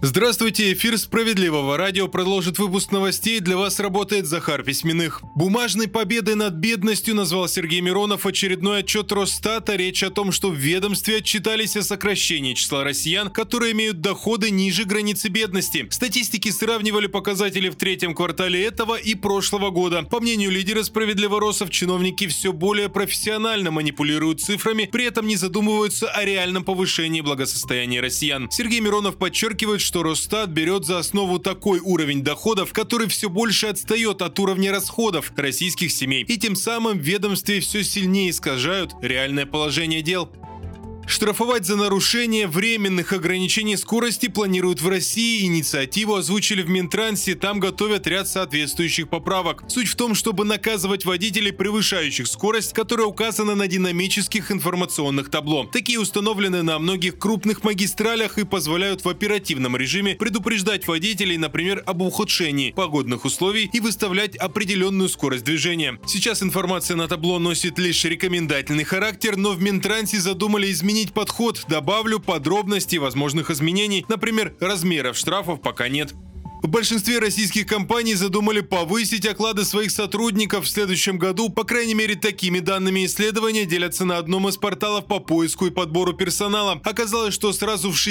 Здравствуйте, эфир «Справедливого радио» продолжит выпуск новостей. Для вас работает Захар Письменных. Бумажной победой над бедностью назвал Сергей Миронов очередной отчет Росстата. Речь о том, что в ведомстве отчитались о сокращении числа россиян, которые имеют доходы ниже границы бедности. Статистики сравнивали показатели в третьем квартале этого и прошлого года. По мнению лидера «Справедливоросов», чиновники все более профессионально манипулируют цифрами, при этом не задумываются о реальном повышении благосостояния россиян. Сергей Миронов подчеркивает, что Росстат берет за основу такой уровень доходов, который все больше отстает от уровня расходов российских семей. И тем самым в ведомстве все сильнее искажают реальное положение дел. Штрафовать за нарушение временных ограничений скорости планируют в России. Инициативу озвучили в Минтрансе, там готовят ряд соответствующих поправок. Суть в том, чтобы наказывать водителей, превышающих скорость, которая указана на динамических информационных табло. Такие установлены на многих крупных магистралях и позволяют в оперативном режиме предупреждать водителей, например, об ухудшении погодных условий и выставлять определенную скорость движения. Сейчас информация на табло носит лишь рекомендательный характер, но в Минтрансе задумали изменить подход. Добавлю подробности возможных изменений. Например, размеров штрафов пока нет. В большинстве российских компаний задумали повысить оклады своих сотрудников в следующем году. По крайней мере, такими данными исследования делятся на одном из порталов по поиску и подбору персонала. Оказалось, что сразу в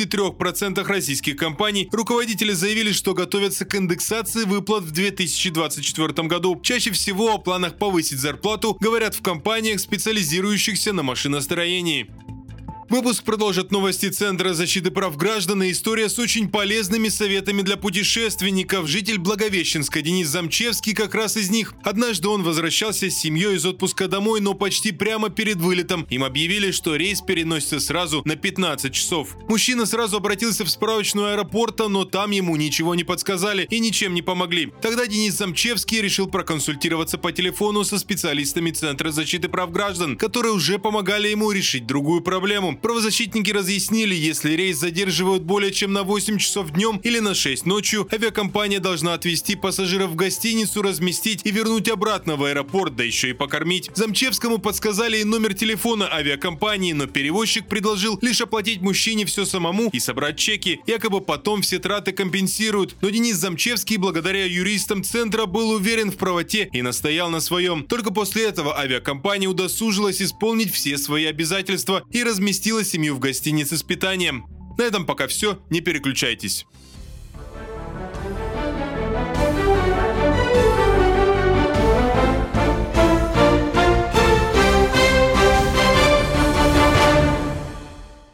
63% российских компаний руководители заявили, что готовятся к индексации выплат в 2024 году. Чаще всего о планах повысить зарплату говорят в компаниях, специализирующихся на машиностроении. Выпуск продолжит новости Центра защиты прав граждан и история с очень полезными советами для путешественников. Житель Благовещенска Денис Замчевский как раз из них. Однажды он возвращался с семьей из отпуска домой, но почти прямо перед вылетом им объявили, что рейс переносится сразу на 15 часов. Мужчина сразу обратился в справочную аэропорта, но там ему ничего не подсказали и ничем не помогли. Тогда Денис Замчевский решил проконсультироваться по телефону со специалистами Центра защиты прав граждан, которые уже помогали ему решить другую проблему. Правозащитники разъяснили, если рейс задерживают более чем на 8 часов днем или на 6 ночью, авиакомпания должна отвезти пассажиров в гостиницу, разместить и вернуть обратно в аэропорт, да еще и покормить. Замчевскому подсказали и номер телефона авиакомпании, но перевозчик предложил лишь оплатить мужчине все самому и собрать чеки. Якобы потом все траты компенсируют. Но Денис Замчевский, благодаря юристам Центра, был уверен в правоте и настоял на своем. Только после этого авиакомпания удосужилась исполнить все свои обязательства и разместила семью в гостинице с питанием. На этом пока все, не переключайтесь.